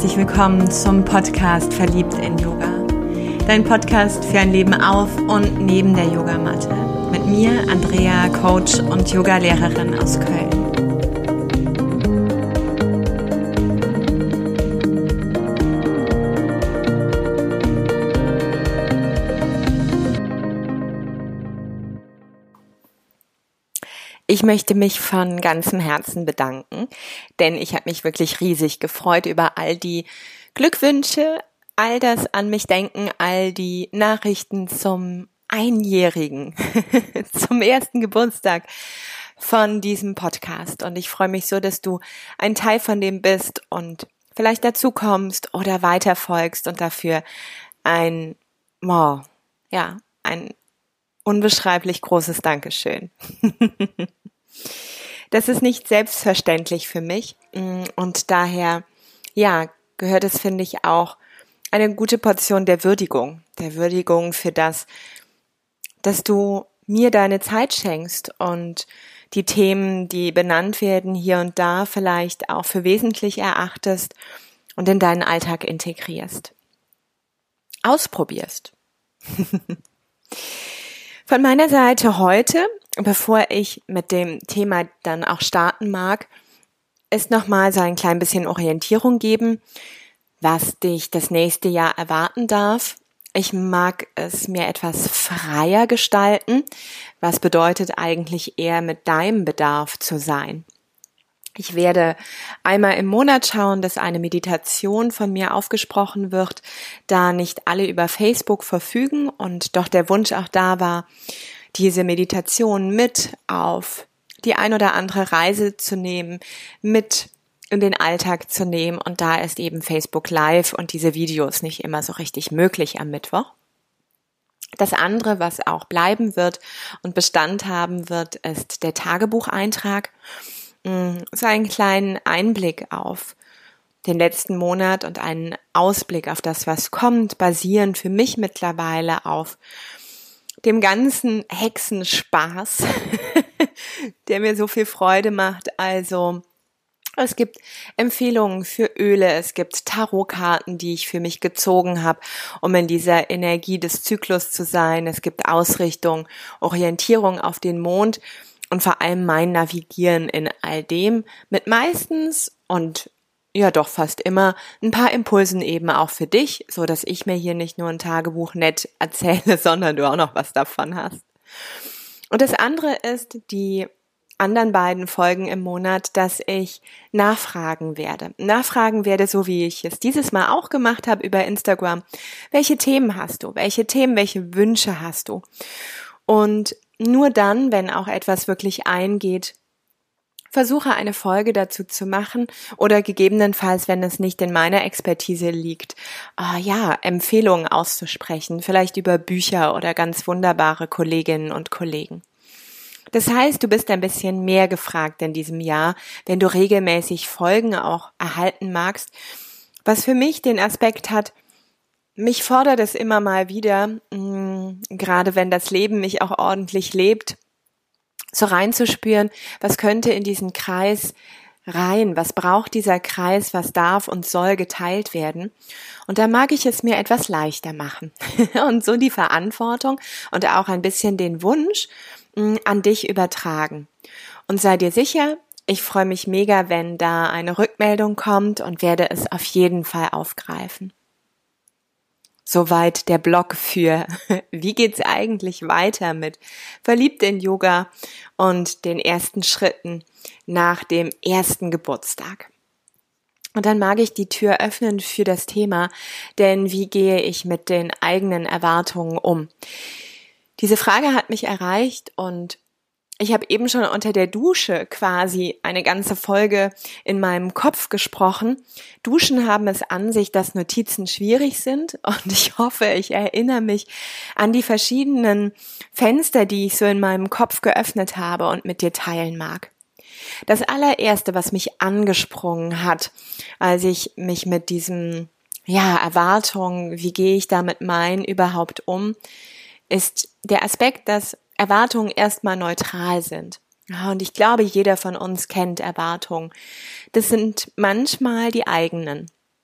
herzlich willkommen zum Podcast Verliebt in Yoga. Dein Podcast für ein Leben auf und neben der Yogamatte. Mit mir, Andrea, Coach und Yogalehrerin aus Köln. Ich möchte mich von ganzem Herzen bedanken, denn ich habe mich wirklich riesig gefreut über all die Glückwünsche, all das an mich denken, all die Nachrichten zum Einjährigen, zum ersten Geburtstag von diesem Podcast. Und ich freue mich so, dass du ein Teil von dem bist und vielleicht dazu kommst oder weiterfolgst und dafür ein unbeschreiblich großes Dankeschön. Das ist nicht selbstverständlich für mich und daher, gehört es, finde ich, auch eine gute Portion der Würdigung für das, dass du mir deine Zeit schenkst und die Themen, die benannt werden, hier und da vielleicht auch für wesentlich erachtest und in deinen Alltag integrierst. Ausprobierst. Von meiner Seite heute, bevor ich mit dem Thema dann auch starten mag, ist nochmal so ein klein bisschen Orientierung geben, was dich das nächste Jahr erwarten darf. Ich mag es mir etwas freier gestalten, was bedeutet eigentlich eher mit deinem Bedarf zu sein. Ich werde einmal im Monat schauen, dass eine Meditation von mir aufgesprochen wird, da nicht alle über Facebook verfügen und doch der Wunsch auch da war, diese Meditation mit auf die ein oder andere Reise zu nehmen, mit in den Alltag zu nehmen, und da ist eben Facebook Live und diese Videos nicht immer so richtig möglich am Mittwoch. Das andere, was auch bleiben wird und Bestand haben wird, ist der Tagebucheintrag. So einen kleinen Einblick auf den letzten Monat und einen Ausblick auf das, was kommt, basierend für mich mittlerweile auf dem ganzen Hexenspaß, der mir so viel Freude macht. Also es gibt Empfehlungen für Öle, es gibt Tarotkarten, die ich für mich gezogen habe, um in dieser Energie des Zyklus zu sein. Es gibt Ausrichtung, Orientierung auf den Mond und vor allem mein Navigieren in all dem mit meistens und fast immer ein paar Impulsen eben auch für dich, so dass ich mir hier nicht nur ein Tagebuch nett erzähle, sondern du auch noch was davon hast. Und das andere ist die anderen beiden Folgen im Monat, dass ich nachfragen werde, so wie ich es dieses Mal auch gemacht habe über Instagram. Welche Themen hast du? Welche Wünsche hast du? Und nur dann, wenn auch etwas wirklich eingeht, versuche eine Folge dazu zu machen oder gegebenenfalls, wenn es nicht in meiner Expertise liegt, Empfehlungen auszusprechen, vielleicht über Bücher oder ganz wunderbare Kolleginnen und Kollegen. Das heißt, du bist ein bisschen mehr gefragt in diesem Jahr, wenn du regelmäßig Folgen auch erhalten magst, was für mich den Aspekt hat, mich fordert es immer mal wieder, gerade wenn das Leben mich auch ordentlich lebt, so reinzuspüren, was könnte in diesen Kreis rein, was braucht dieser Kreis, was darf und soll geteilt werden. Und da mag ich es mir etwas leichter machen und so die Verantwortung und auch ein bisschen den Wunsch an dich übertragen. Und sei dir sicher, ich freue mich mega, wenn da eine Rückmeldung kommt und werde es auf jeden Fall aufgreifen. Soweit der Blog für wie geht's eigentlich weiter mit Verliebt in Yoga und den ersten Schritten nach dem ersten Geburtstag. Und dann mag ich die Tür öffnen für das Thema, denn wie gehe ich mit den eigenen Erwartungen um? Diese Frage hat mich erreicht und ich habe eben schon unter der Dusche quasi eine ganze Folge in meinem Kopf gesprochen. Duschen haben es an sich, dass Notizen schwierig sind und ich hoffe, ich erinnere mich an die verschiedenen Fenster, die ich so in meinem Kopf geöffnet habe und mit dir teilen mag. Das allererste, was mich angesprungen hat, als ich mich mit diesem Erwartungen, wie gehe ich damit überhaupt um, ist der Aspekt, dass Erwartungen erstmal neutral sind. Ja, und ich glaube, jeder von uns kennt Erwartungen. Das sind manchmal die eigenen.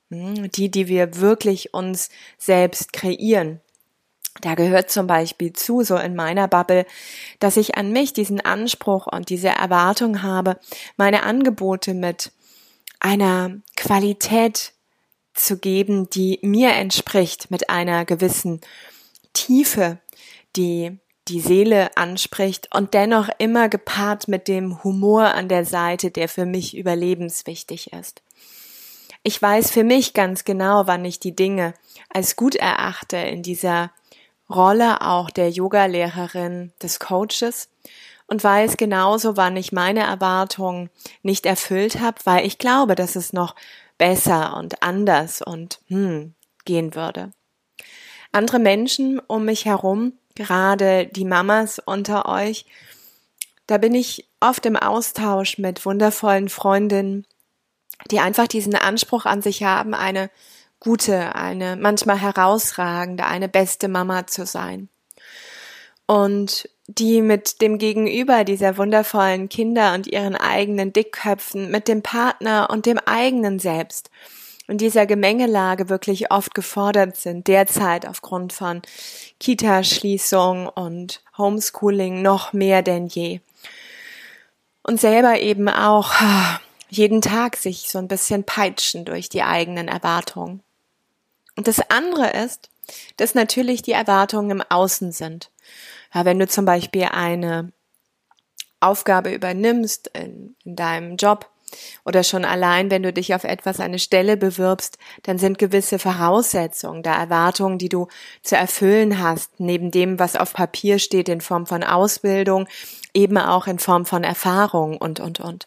die wir wirklich uns selbst kreieren. Da gehört zum Beispiel zu, so in meiner Bubble, dass ich an mich diesen Anspruch und diese Erwartung habe, meine Angebote mit einer Qualität zu geben, die mir entspricht, mit einer gewissen Tiefe, die die Seele anspricht und dennoch immer gepaart mit dem Humor an der Seite, der für mich überlebenswichtig ist. Ich weiß für mich ganz genau, wann ich die Dinge als gut erachte in dieser Rolle auch der Yogalehrerin, des Coaches und weiß genauso, wann ich meine Erwartungen nicht erfüllt habe, weil ich glaube, dass es noch besser und anders und gehen würde. Andere Menschen um mich herum, gerade die Mamas unter euch, da bin ich oft im Austausch mit wundervollen Freundinnen, die einfach diesen Anspruch an sich haben, eine gute, eine manchmal herausragende, eine beste Mama zu sein. Und die mit dem Gegenüber dieser wundervollen Kinder und ihren eigenen Dickköpfen, mit dem Partner und dem eigenen Selbst und dieser Gemengelage wirklich oft gefordert sind, derzeit aufgrund von Kita-Schließung und Homeschooling noch mehr denn je. Und selber eben auch jeden Tag sich so ein bisschen peitschen durch die eigenen Erwartungen. Und das andere ist, dass natürlich die Erwartungen im Außen sind. Ja, wenn du zum Beispiel eine Aufgabe übernimmst in deinem Job oder schon allein, wenn du dich auf etwas, eine Stelle bewirbst, dann sind gewisse Voraussetzungen, da Erwartungen, die du zu erfüllen hast, neben dem, was auf Papier steht in Form von Ausbildung, eben auch in Form von Erfahrung und.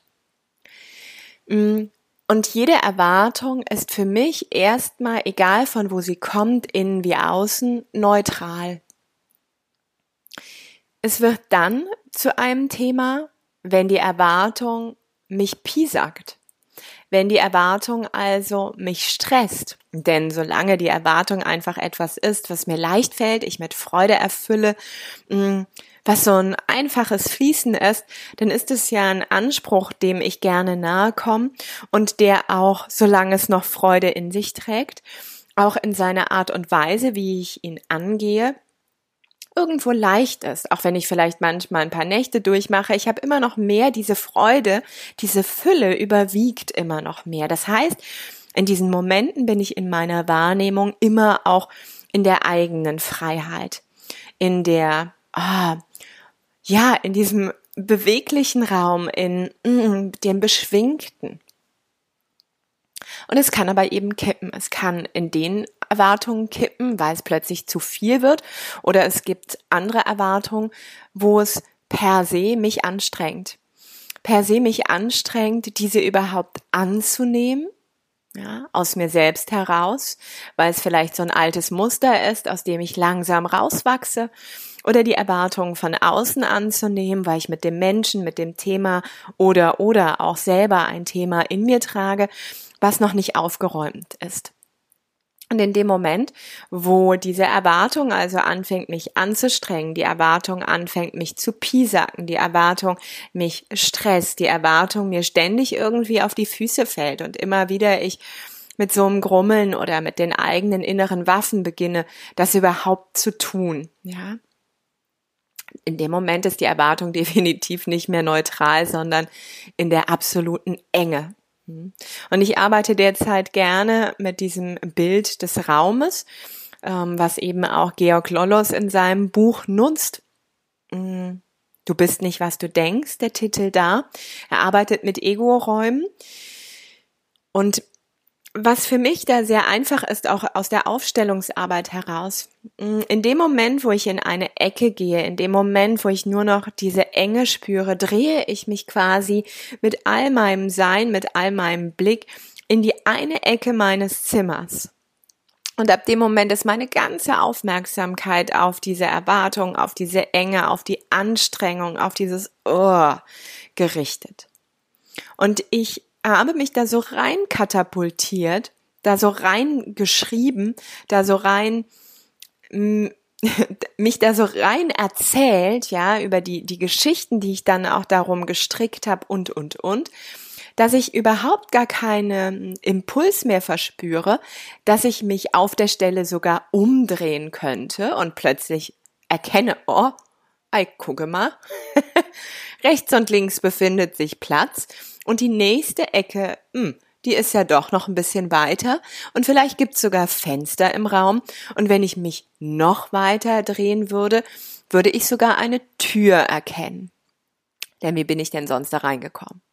Und jede Erwartung ist für mich erstmal, egal von wo sie kommt, innen wie außen, neutral. Es wird dann zu einem Thema, wenn die Erwartung mich piesackt. Wenn die Erwartung also mich stresst. Denn solange die Erwartung einfach etwas ist, was mir leicht fällt, ich mit Freude erfülle, was so ein einfaches Fließen ist, dann ist es ja ein Anspruch, dem ich gerne nahe komme und der auch, solange es noch Freude in sich trägt, auch in seiner Art und Weise, wie ich ihn angehe, irgendwo leicht ist. Auch wenn ich vielleicht manchmal ein paar Nächte durchmache, ich habe immer noch mehr diese Freude, diese Fülle überwiegt immer noch mehr. Das heißt, in diesen Momenten bin ich in meiner Wahrnehmung immer auch in der eigenen Freiheit, in der in diesem beweglichen Raum, in dem Beschwingten. Und es kann aber eben kippen. Es kann in den Erwartungen kippen, weil es plötzlich zu viel wird. Oder es gibt andere Erwartungen, wo es per se mich anstrengt. Per se mich anstrengt, diese überhaupt anzunehmen, ja, aus mir selbst heraus, weil es vielleicht so ein altes Muster ist, aus dem ich langsam rauswachse. Oder die Erwartungen von außen anzunehmen, weil ich mit dem Menschen, mit dem Thema oder auch selber ein Thema in mir trage, was noch nicht aufgeräumt ist. Und in dem Moment, wo diese Erwartung also anfängt, mich anzustrengen, die Erwartung anfängt, mich zu piesacken, die Erwartung mich stresst, die Erwartung mir ständig irgendwie auf die Füße fällt und immer wieder ich mit so einem Grummeln oder mit den eigenen inneren Waffen beginne, das überhaupt zu tun, ja. In dem Moment ist die Erwartung definitiv nicht mehr neutral, sondern in der absoluten Enge. Und ich arbeite derzeit gerne mit diesem Bild des Raumes, was eben auch Georg Lollos in seinem Buch nutzt. Du bist nicht, was du denkst, der Titel da. Er arbeitet mit Ego-Räumen. Und was für mich da sehr einfach ist, auch aus der Aufstellungsarbeit heraus, in dem Moment, wo ich in eine Ecke gehe, in dem Moment, wo ich nur noch diese Enge spüre, drehe ich mich quasi mit all meinem Sein, mit all meinem Blick in die eine Ecke meines Zimmers. Und ab dem Moment ist meine ganze Aufmerksamkeit auf diese Erwartung, auf diese Enge, auf die Anstrengung, auf dieses gerichtet. Und ich habe mich da so rein katapultiert, da so rein geschrieben, da so rein, mich da so rein erzählt, ja, über die Geschichten, die ich dann auch darum gestrickt habe und, dass ich überhaupt gar keinen Impuls mehr verspüre, dass ich mich auf der Stelle sogar umdrehen könnte und plötzlich erkenne, oh, gucke mal, rechts und links befindet sich Platz und die nächste Ecke, die ist ja doch noch ein bisschen weiter und vielleicht gibt's sogar Fenster im Raum und wenn ich mich noch weiter drehen würde, würde ich sogar eine Tür erkennen. Denn wie bin ich denn sonst da reingekommen?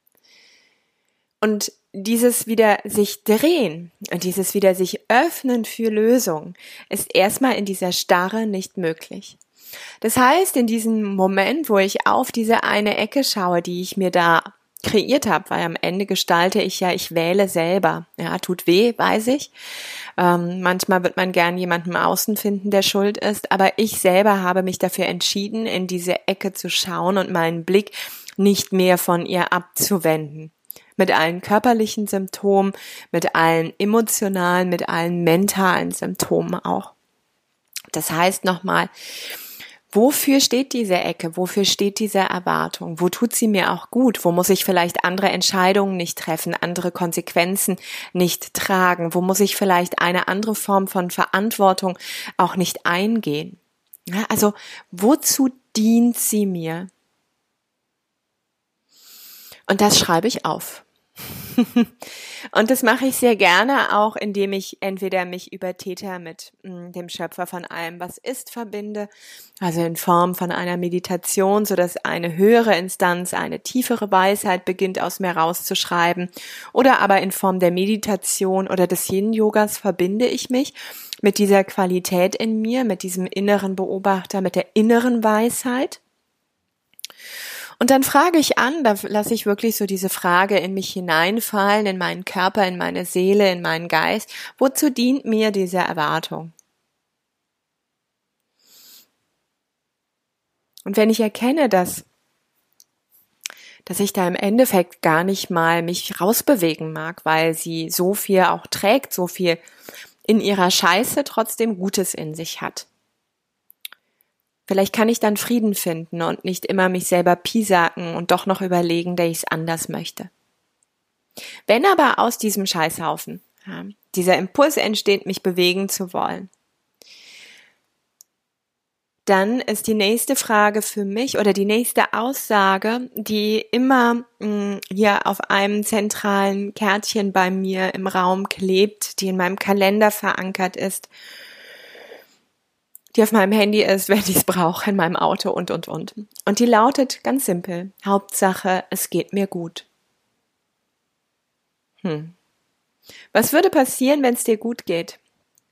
Und dieses wieder sich drehen und dieses wieder sich öffnen für Lösungen ist erstmal in dieser Starre nicht möglich. Das heißt, in diesem Moment, wo ich auf diese eine Ecke schaue, die ich mir da kreiert habe, weil am Ende gestalte ich ja, ich wähle selber. Ja, tut weh, weiß ich. Manchmal wird man gern jemanden im Außen finden, der schuld ist, aber ich selber habe mich dafür entschieden, in diese Ecke zu schauen und meinen Blick nicht mehr von ihr abzuwenden. Mit allen körperlichen Symptomen, mit allen emotionalen, mit allen mentalen Symptomen auch. Das heißt nochmal, wofür steht diese Ecke? Wofür steht diese Erwartung? Wo tut sie mir auch gut? Wo muss ich vielleicht andere Entscheidungen nicht treffen, andere Konsequenzen nicht tragen? Wo muss ich vielleicht eine andere Form von Verantwortung auch nicht eingehen? Ja, also, wozu dient sie mir? Und das schreibe ich auf. Und das mache ich sehr gerne auch, indem ich entweder mich über Theta mit dem Schöpfer von allem, was ist, verbinde, also in Form von einer Meditation, so dass eine höhere Instanz, eine tiefere Weisheit beginnt aus mir rauszuschreiben, oder aber in Form der Meditation oder des Yin-Yogas verbinde ich mich mit dieser Qualität in mir, mit diesem inneren Beobachter, mit der inneren Weisheit. Und dann frage ich an, da lasse ich wirklich so diese Frage in mich hineinfallen, in meinen Körper, in meine Seele, in meinen Geist. Wozu dient mir diese Erwartung? Und wenn ich erkenne, dass ich da im Endeffekt gar nicht mal mich rausbewegen mag, weil sie so viel auch trägt, so viel in ihrer Scheiße trotzdem Gutes in sich hat. Vielleicht kann ich dann Frieden finden und nicht immer mich selber piesacken und doch noch überlegen, dass ich es anders möchte. Wenn aber aus diesem Scheißhaufen dieser Impuls entsteht, mich bewegen zu wollen, dann ist die nächste Frage für mich oder die nächste Aussage, die immer hier auf einem zentralen Kärtchen bei mir im Raum klebt, die in meinem Kalender verankert ist, die auf meinem Handy ist, wenn ich es brauche, in meinem Auto und. Und die lautet ganz simpel, Hauptsache, es geht mir gut. Was würde passieren, wenn es dir gut geht?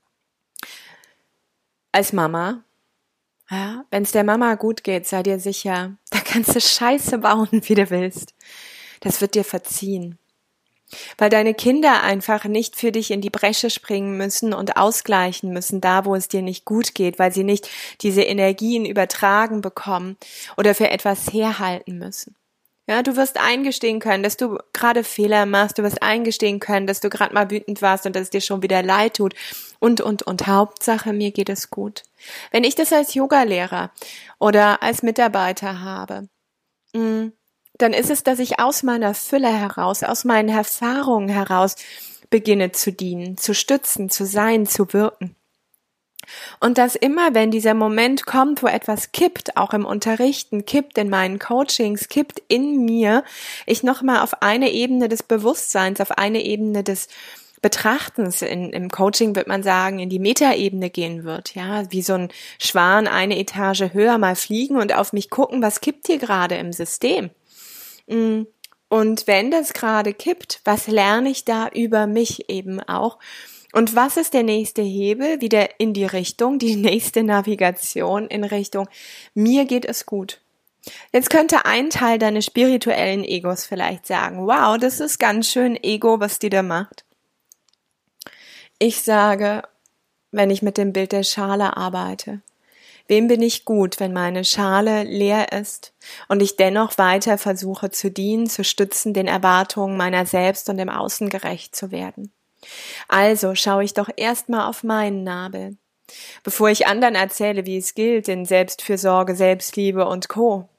Als Mama, ja, wenn es der Mama gut geht, sei dir sicher, da kannst du Scheiße bauen, wie du willst. Das wird dir verziehen. Weil deine Kinder einfach nicht für dich in die Bresche springen müssen und ausgleichen müssen, da wo es dir nicht gut geht, weil sie nicht diese Energien übertragen bekommen oder für etwas herhalten müssen. Ja, du wirst eingestehen können, dass du gerade Fehler machst, du wirst eingestehen können, dass du gerade mal wütend warst und dass es dir schon wieder leid tut und. Hauptsache, mir geht es gut. Wenn ich das als Yogalehrer oder als Mitarbeiter habe, dann ist es, dass ich aus meiner Fülle heraus, aus meinen Erfahrungen heraus beginne zu dienen, zu stützen, zu sein, zu wirken. Und dass immer, wenn dieser Moment kommt, wo etwas kippt, auch im Unterrichten, kippt in meinen Coachings, kippt in mir, ich nochmal auf eine Ebene des Bewusstseins, auf eine Ebene des Betrachtens, im Coaching wird man sagen, in die Metaebene gehen wird, ja, wie so ein Schwan eine Etage höher mal fliegen und auf mich gucken, was kippt hier gerade im System? Und wenn das gerade kippt, was lerne ich da über mich eben auch? Und was ist der nächste Hebel? Wieder in die Richtung, die nächste Navigation in Richtung, mir geht es gut. Jetzt könnte ein Teil deines spirituellen Egos vielleicht sagen, wow, das ist ganz schön Ego, was die da macht. Ich sage, wenn ich mit dem Bild der Schale arbeite, wem bin ich gut, wenn meine Schale leer ist und ich dennoch weiter versuche zu dienen, zu stützen, den Erwartungen meiner selbst und im Außen gerecht zu werden? Also schaue ich doch erstmal auf meinen Nabel, bevor ich anderen erzähle, wie es gilt in Selbstfürsorge, Selbstliebe und Co.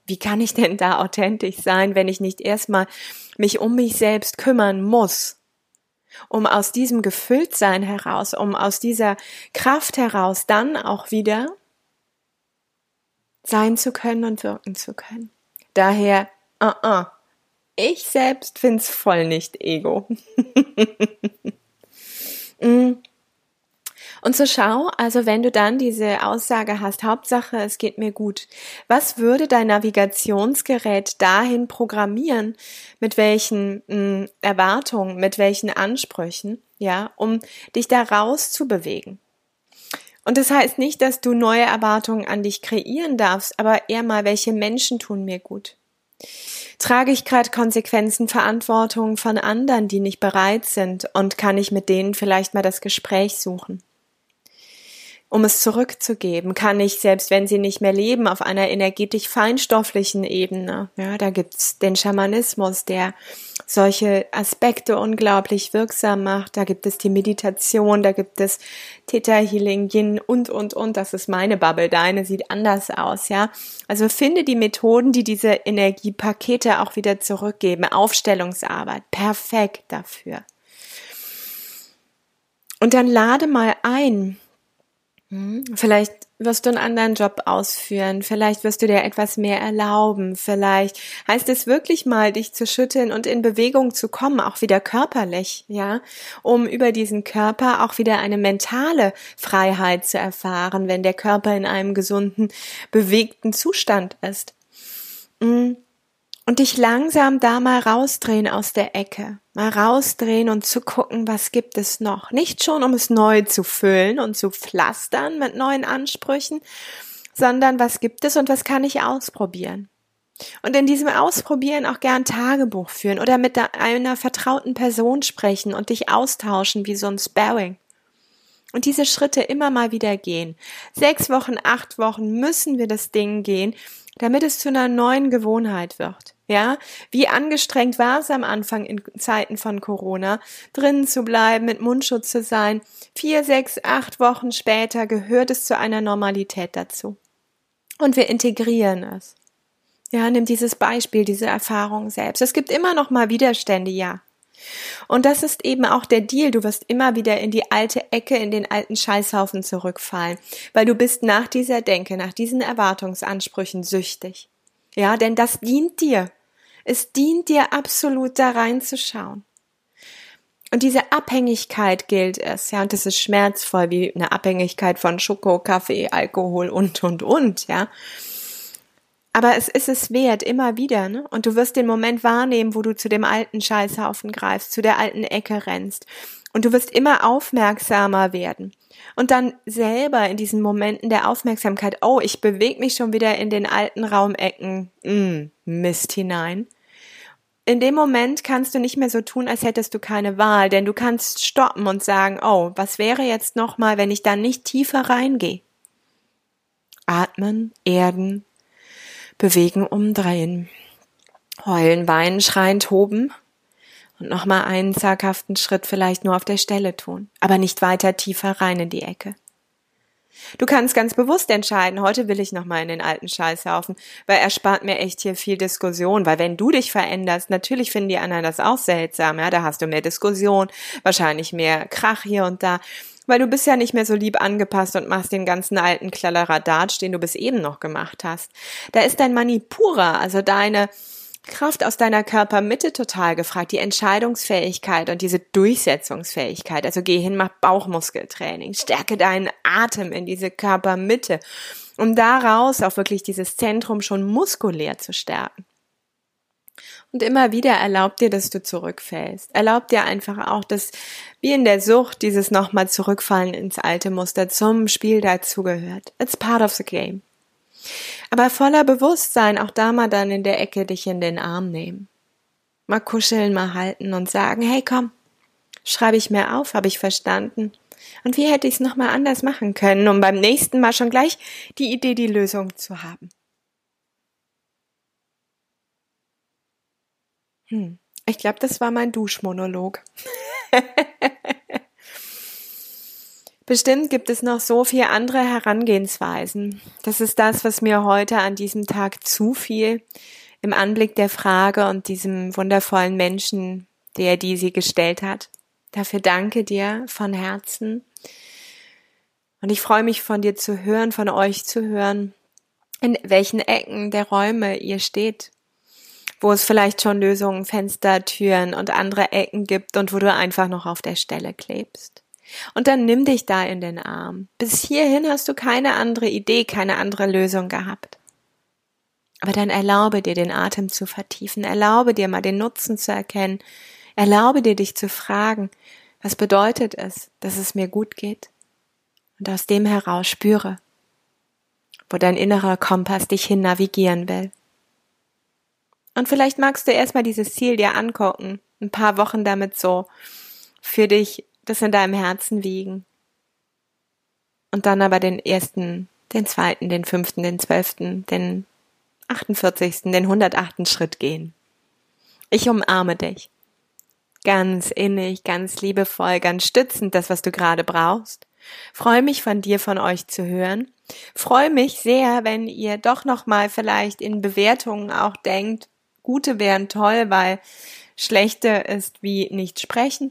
Wie kann ich denn da authentisch sein, wenn ich nicht erstmal mich um mich selbst kümmern muss, um aus diesem Gefülltsein heraus, um aus dieser Kraft heraus dann auch wieder sein zu können und wirken zu können. Daher, ich selbst find's voll nicht Ego. Und so schau, also wenn du dann diese Aussage hast, Hauptsache es geht mir gut, was würde dein Navigationsgerät dahin programmieren, mit welchen Erwartungen, mit welchen Ansprüchen, ja, um dich da rauszubewegen? Und das heißt nicht, dass du neue Erwartungen an dich kreieren darfst, aber eher mal, welche Menschen tun mir gut? Trage ich gerade Konsequenzen, Verantwortung von anderen, die nicht bereit sind, und kann ich mit denen vielleicht mal das Gespräch suchen? Um es zurückzugeben, kann ich, selbst wenn sie nicht mehr leben, auf einer energetisch-feinstofflichen Ebene, ja, da gibt's den Schamanismus, der solche Aspekte unglaublich wirksam macht, da gibt es die Meditation, da gibt es Theta Healing, Yin und, das ist meine Bubble, deine sieht anders aus, ja. Also finde die Methoden, die diese Energiepakete auch wieder zurückgeben, Aufstellungsarbeit, perfekt dafür. Und dann lade mal ein. Vielleicht wirst du einen anderen Job ausführen, vielleicht wirst du dir etwas mehr erlauben, vielleicht heißt es wirklich mal, dich zu schütteln und in Bewegung zu kommen, auch wieder körperlich, ja, um über diesen Körper auch wieder eine mentale Freiheit zu erfahren, wenn der Körper in einem gesunden, bewegten Zustand ist. Und dich langsam da mal rausdrehen aus der Ecke. Mal rausdrehen und zu gucken, was gibt es noch. Nicht schon, um es neu zu füllen und zu pflastern mit neuen Ansprüchen, sondern was gibt es und was kann ich ausprobieren. Und in diesem Ausprobieren auch gern Tagebuch führen oder mit einer vertrauten Person sprechen und dich austauschen wie so ein Sparring. Und diese Schritte immer mal wieder gehen. 6 Wochen, 8 Wochen müssen wir das Ding gehen, damit es zu einer neuen Gewohnheit wird. Ja, wie angestrengt war es am Anfang in Zeiten von Corona, drinnen zu bleiben, mit Mundschutz zu sein. 4, 6, 8 Wochen später gehört es zu einer Normalität dazu. Und wir integrieren es. Ja, nimm dieses Beispiel, diese Erfahrung selbst. Es gibt immer noch mal Widerstände, ja. Und das ist eben auch der Deal. Du wirst immer wieder in die alte Ecke, in den alten Scheißhaufen zurückfallen, weil du bist nach dieser Denke, nach diesen Erwartungsansprüchen süchtig. Ja, denn das dient dir. Es dient dir absolut, da reinzuschauen. Und diese Abhängigkeit gilt es, ja, und das ist schmerzvoll, wie eine Abhängigkeit von Schoko, Kaffee, Alkohol und, ja. Aber es ist es wert, immer wieder, ne? Und du wirst den Moment wahrnehmen, wo du zu dem alten Scheißhaufen greifst, zu der alten Ecke rennst. Und du wirst immer aufmerksamer werden. Und dann selber in diesen Momenten der Aufmerksamkeit, oh, ich bewege mich schon wieder in den alten Raumecken, Mist hinein. In dem Moment kannst du nicht mehr so tun, als hättest du keine Wahl, denn du kannst stoppen und sagen, oh, was wäre jetzt nochmal, wenn ich da nicht tiefer reingehe? Atmen, erden, bewegen, umdrehen, heulen, weinen, schreien, toben und nochmal einen zaghaften Schritt vielleicht nur auf der Stelle tun, aber nicht weiter tiefer rein in die Ecke. Du kannst ganz bewusst entscheiden, heute will ich nochmal in den alten Scheißhaufen, weil er spart mir echt hier viel Diskussion, weil wenn du dich veränderst, natürlich finden die anderen das auch seltsam, ja, da hast du mehr Diskussion, wahrscheinlich mehr Krach hier und da, weil du bist ja nicht mehr so lieb angepasst und machst den ganzen alten Kladderadatsch, den du bis eben noch gemacht hast. Da ist dein Manipura, also deine Kraft aus deiner Körpermitte total gefragt, die Entscheidungsfähigkeit und diese Durchsetzungsfähigkeit. Also geh hin, mach Bauchmuskeltraining, stärke deinen Atem in diese Körpermitte, um daraus auch wirklich dieses Zentrum schon muskulär zu stärken. Und immer wieder erlaubt dir, dass du zurückfällst. Erlaubt dir einfach auch, dass wie in der Sucht dieses nochmal Zurückfallen ins alte Muster zum Spiel dazugehört. It's part of the game. Aber voller Bewusstsein auch da mal dann in der Ecke dich in den Arm nehmen. Mal kuscheln, mal halten und sagen, hey komm, schreibe ich mir auf, habe ich verstanden. Und wie hätte ich es nochmal anders machen können, um beim nächsten Mal schon gleich die Idee, die Lösung zu haben. Ich glaube, das war mein Duschmonolog. Bestimmt gibt es noch so viele andere Herangehensweisen. Das ist das, was mir heute an diesem Tag zufiel, im Anblick der Frage und diesem wundervollen Menschen, der sie gestellt hat. Dafür danke dir von Herzen. Und ich freue mich, von dir zu hören, von euch zu hören, in welchen Ecken der Räume ihr steht, wo es vielleicht schon Lösungen, Fenster, Türen und andere Ecken gibt und wo du einfach noch auf der Stelle klebst. Und dann nimm dich da in den Arm. Bis hierhin hast du keine andere Idee, keine andere Lösung gehabt. Aber dann erlaube dir, den Atem zu vertiefen, erlaube dir mal den Nutzen zu erkennen, erlaube dir, dich zu fragen, was bedeutet es, dass es mir gut geht? Und aus dem heraus spüre, wo dein innerer Kompass dich hin navigieren will. Und vielleicht magst du erstmal dieses Ziel dir angucken, ein paar Wochen damit so für dich das in deinem Herzen wiegen. Und dann aber den 1., den 2., den 5., den 12., den 48., den 108. Schritt gehen. Ich umarme dich. Ganz innig, ganz liebevoll, ganz stützend, das, was du gerade brauchst. Freue mich, von dir, von euch zu hören. Freue mich sehr, wenn ihr doch nochmal vielleicht in Bewertungen auch denkt, gute wären toll, weil schlechte ist wie nicht sprechen.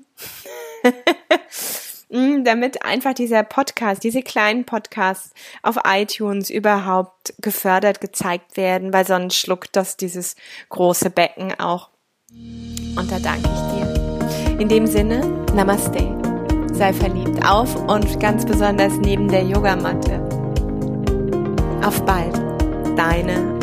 Damit einfach dieser Podcast, diese kleinen Podcasts auf iTunes überhaupt gefördert, gezeigt werden, weil sonst schluckt das dieses große Becken auch. Und da danke ich dir. In dem Sinne, Namaste. Sei verliebt auf und ganz besonders neben der Yogamatte. Auf bald, deine